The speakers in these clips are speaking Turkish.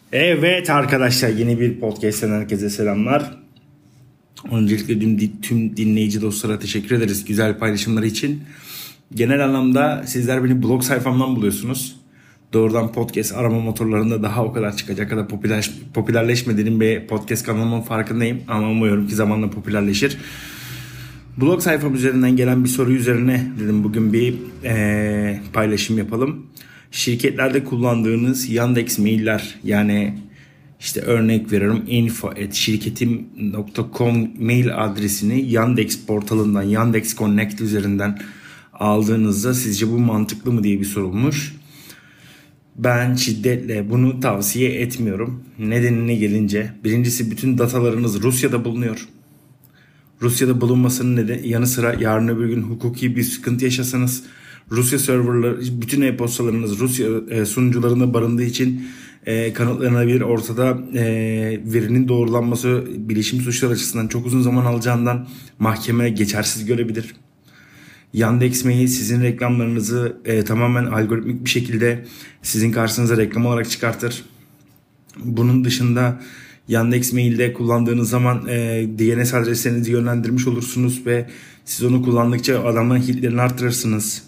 Evet arkadaşlar, yeni bir podcast'ten herkese selamlar. Öncelikle tüm dinleyici dostlara teşekkür ederiz güzel paylaşımları için. Genel anlamda sizler beni blog sayfamdan buluyorsunuz. Doğrudan podcast arama motorlarında daha o kadar çıkacak kadar popülerleşmediğinin bir podcast kanalımın farkındayım. Ama umuyorum ki zamanla popülerleşir. Blog sayfam üzerinden gelen bir soru üzerine dedim bugün bir paylaşım yapalım. Şirketlerde kullandığınız Yandex mailler, yani işte örnek veriyorum info@şirketim.com mail adresini Yandex portalından, Yandex Connect üzerinden aldığınızda sizce bu mantıklı mı diye bir sorulmuş. Ben şiddetle bunu tavsiye etmiyorum. Nedenine gelince, birincisi bütün datalarınız Rusya'da bulunuyor. Rusya'da bulunmasının yanı sıra yarın öbür gün hukuki bir sıkıntı yaşasanız Rusya serverları, bütün e-postalarınız Rusya sunucularında barındığı için kanıtlanabilir. Ortada verinin doğrulanması bilişim suçları açısından çok uzun zaman alacağından mahkeme geçersiz görebilir. Yandex Mail sizin reklamlarınızı tamamen algoritmik bir şekilde sizin karşınıza reklam olarak çıkartır. Bunun dışında Yandex Mail'de kullandığınız zaman DNS adreslerinizi yönlendirmiş olursunuz ve siz onu kullandıkça adamların hitlerini arttırırsınız.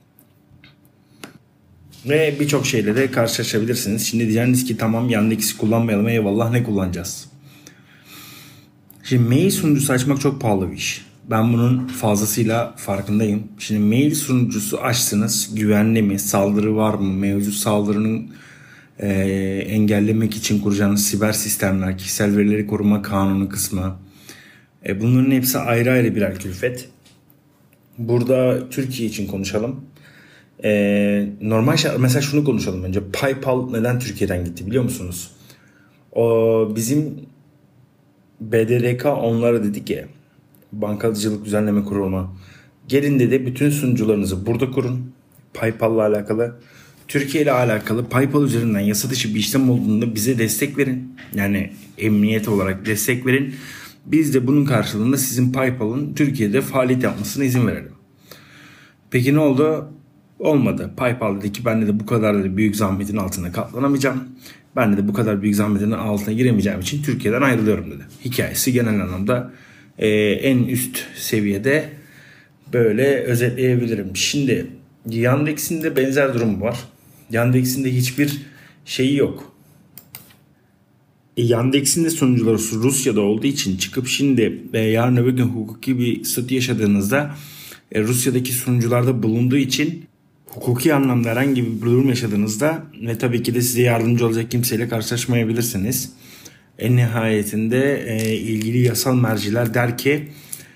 Ve birçok şeyle de karşılaşabilirsiniz. Şimdi diyeceksiniz ki tamam, Yandex'i kullanmayalım, eyvallah, ne kullanacağız? Şimdi mail sunucusu açmak çok pahalı bir iş. Ben bunun fazlasıyla farkındayım. Şimdi mail sunucusu açtınız, güvenli mi, saldırı var mı, mevcut saldırının engellemek için kuracağınız siber sistemler, kişisel verileri koruma kanunu kısmı, bunların hepsi ayrı ayrı birer külfet. Burada Türkiye için konuşalım. Normal mesela şunu konuşalım önce. PayPal neden Türkiye'den gitti biliyor musunuz? Bizim BDDK onlara dedi ki, Bankacılık Düzenleme Kurumu, gelin dedi bütün sunucularınızı burada kurun. PayPal'la alakalı, Türkiye ile alakalı PayPal üzerinden yasa dışı bir işlem olduğunda bize destek verin. Yani emniyet olarak destek verin. Biz de bunun karşılığında sizin PayPal'ın Türkiye'de faaliyet yapmasına izin verelim. Peki ne oldu? Olmadı. PayPal dedi ki ben de bu kadar dedi büyük zahmetin altına katlanamayacağım. Ben de bu kadar büyük zahmetin altına giremeyeceğim için Türkiye'den ayrılıyorum dedi. Hikayesi genel anlamda en üst seviyede böyle özetleyebilirim. Şimdi Yandex'in de benzer durum var. Yandex'in de hiçbir şeyi yok. Yandex'in de sunucuları Rusya'da olduğu için çıkıp şimdi yarın öbür gün hukuki bir statü yaşadığınızda Rusya'daki sunucularda bulunduğu için hukuki anlamda herhangi bir durum yaşadığınızda ve tabii ki de size yardımcı olacak kimseyle karşılaşmayabilirsiniz. En nihayetinde ilgili yasal merciler der ki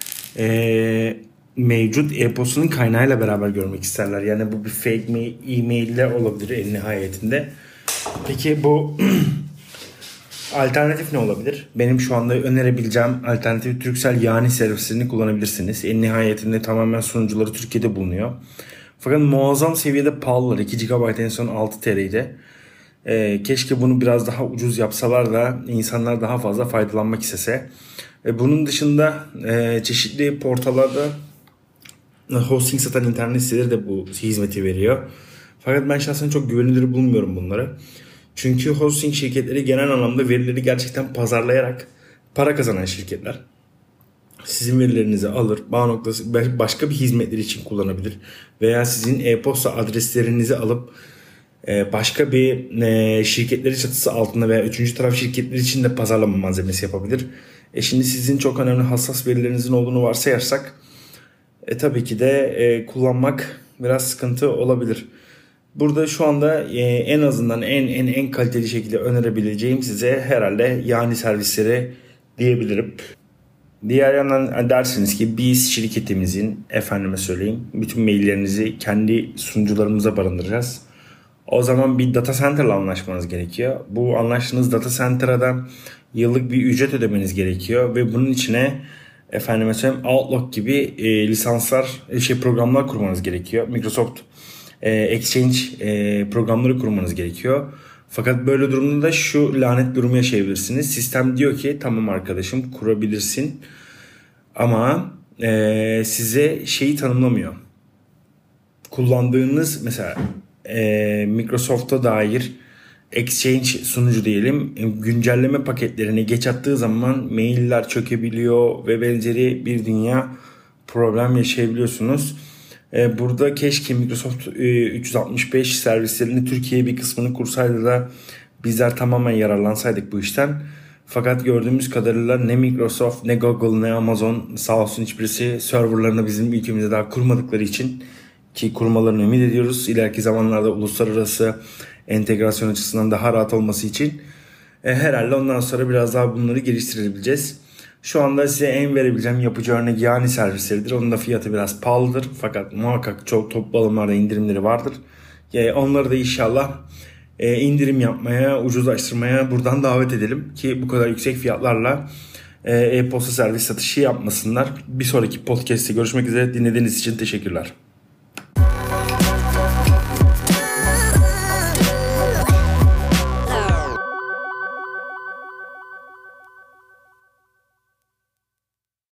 mevcut e-postanın kaynağıyla beraber görmek isterler. Yani bu bir fake e-mail de olabilir en nihayetinde. Peki bu alternatif ne olabilir? Benim şu anda önerebileceğim alternatif Turkcell Yani servisini kullanabilirsiniz. En nihayetinde tamamen sunucuları Türkiye'de bulunuyor. Fakat muazzam seviyede pahalılar. 2 GB en son 6 TL'ydi. Keşke bunu biraz daha ucuz yapsalar da insanlar daha fazla faydalanmak istese. Bunun dışında çeşitli portallarda hosting satan internet siteleri de bu hizmeti veriyor. Fakat ben şahsen çok güvenilir bulmuyorum bunları. Çünkü hosting şirketleri genel anlamda verileri gerçekten pazarlayarak para kazanan şirketler. Sizin verilerinizi alır, bağ noktası başka bir hizmetler için kullanabilir. Veya sizin e-posta adreslerinizi alıp başka bir şirketleri çatısı altında veya üçüncü taraf şirketler için de pazarlama malzemesi yapabilir. Şimdi sizin çok önemli hassas verilerinizin olduğunu varsayarsak tabii ki de kullanmak biraz sıkıntı olabilir. Burada şu anda en azından en kaliteli şekilde önerebileceğim size herhalde Yani servisleri diyebilirim. Diğer yandan dersiniz ki biz şirketimizin efendime söyleyeyim bütün maillerinizi kendi sunucularımıza barındıracağız. O zaman bir data center ile anlaşmanız gerekiyor. Bu anlaştığınız data center'a da yıllık bir ücret ödemeniz gerekiyor ve bunun içine efendime söyleyeyim Outlook gibi lisanslar, programlar kurmanız gerekiyor. Microsoft Exchange programları kurmanız gerekiyor. Fakat böyle durumda da şu lanet durumu yaşayabilirsiniz. Sistem diyor ki tamam arkadaşım kurabilirsin ama size şeyi tanımlamıyor. Kullandığınız mesela Microsoft'a dair Exchange sunucu diyelim, güncelleme paketlerini geç attığı zaman mailler çökebiliyor ve benzeri bir dünya problem yaşayabiliyorsunuz. Burada keşke Microsoft 365 servislerini Türkiye'ye bir kısmını kursaydı da bizler tamamen yararlansaydık bu işten. Fakat gördüğümüz kadarıyla ne Microsoft, ne Google, ne Amazon sağ olsun hiçbirisi serverlarını bizim ülkemizde daha kurmadıkları için, ki kurmalarını ümit ediyoruz. İleriki zamanlarda uluslararası entegrasyon açısından daha rahat olması için herhalde ondan sonra biraz daha bunları geliştirebileceğiz. Şu anda size en verebileceğim yapıcı örnek Yani servisleridir. Onun da fiyatı biraz pahalıdır. Fakat muhakkak çok toplu alımlarda indirimleri vardır. Onları da inşallah indirim yapmaya, ucuzlaştırmaya buradan davet edelim. Ki bu kadar yüksek fiyatlarla e-posta servis satışı yapmasınlar. Bir sonraki podcast'te görüşmek üzere. Dinlediğiniz için teşekkürler.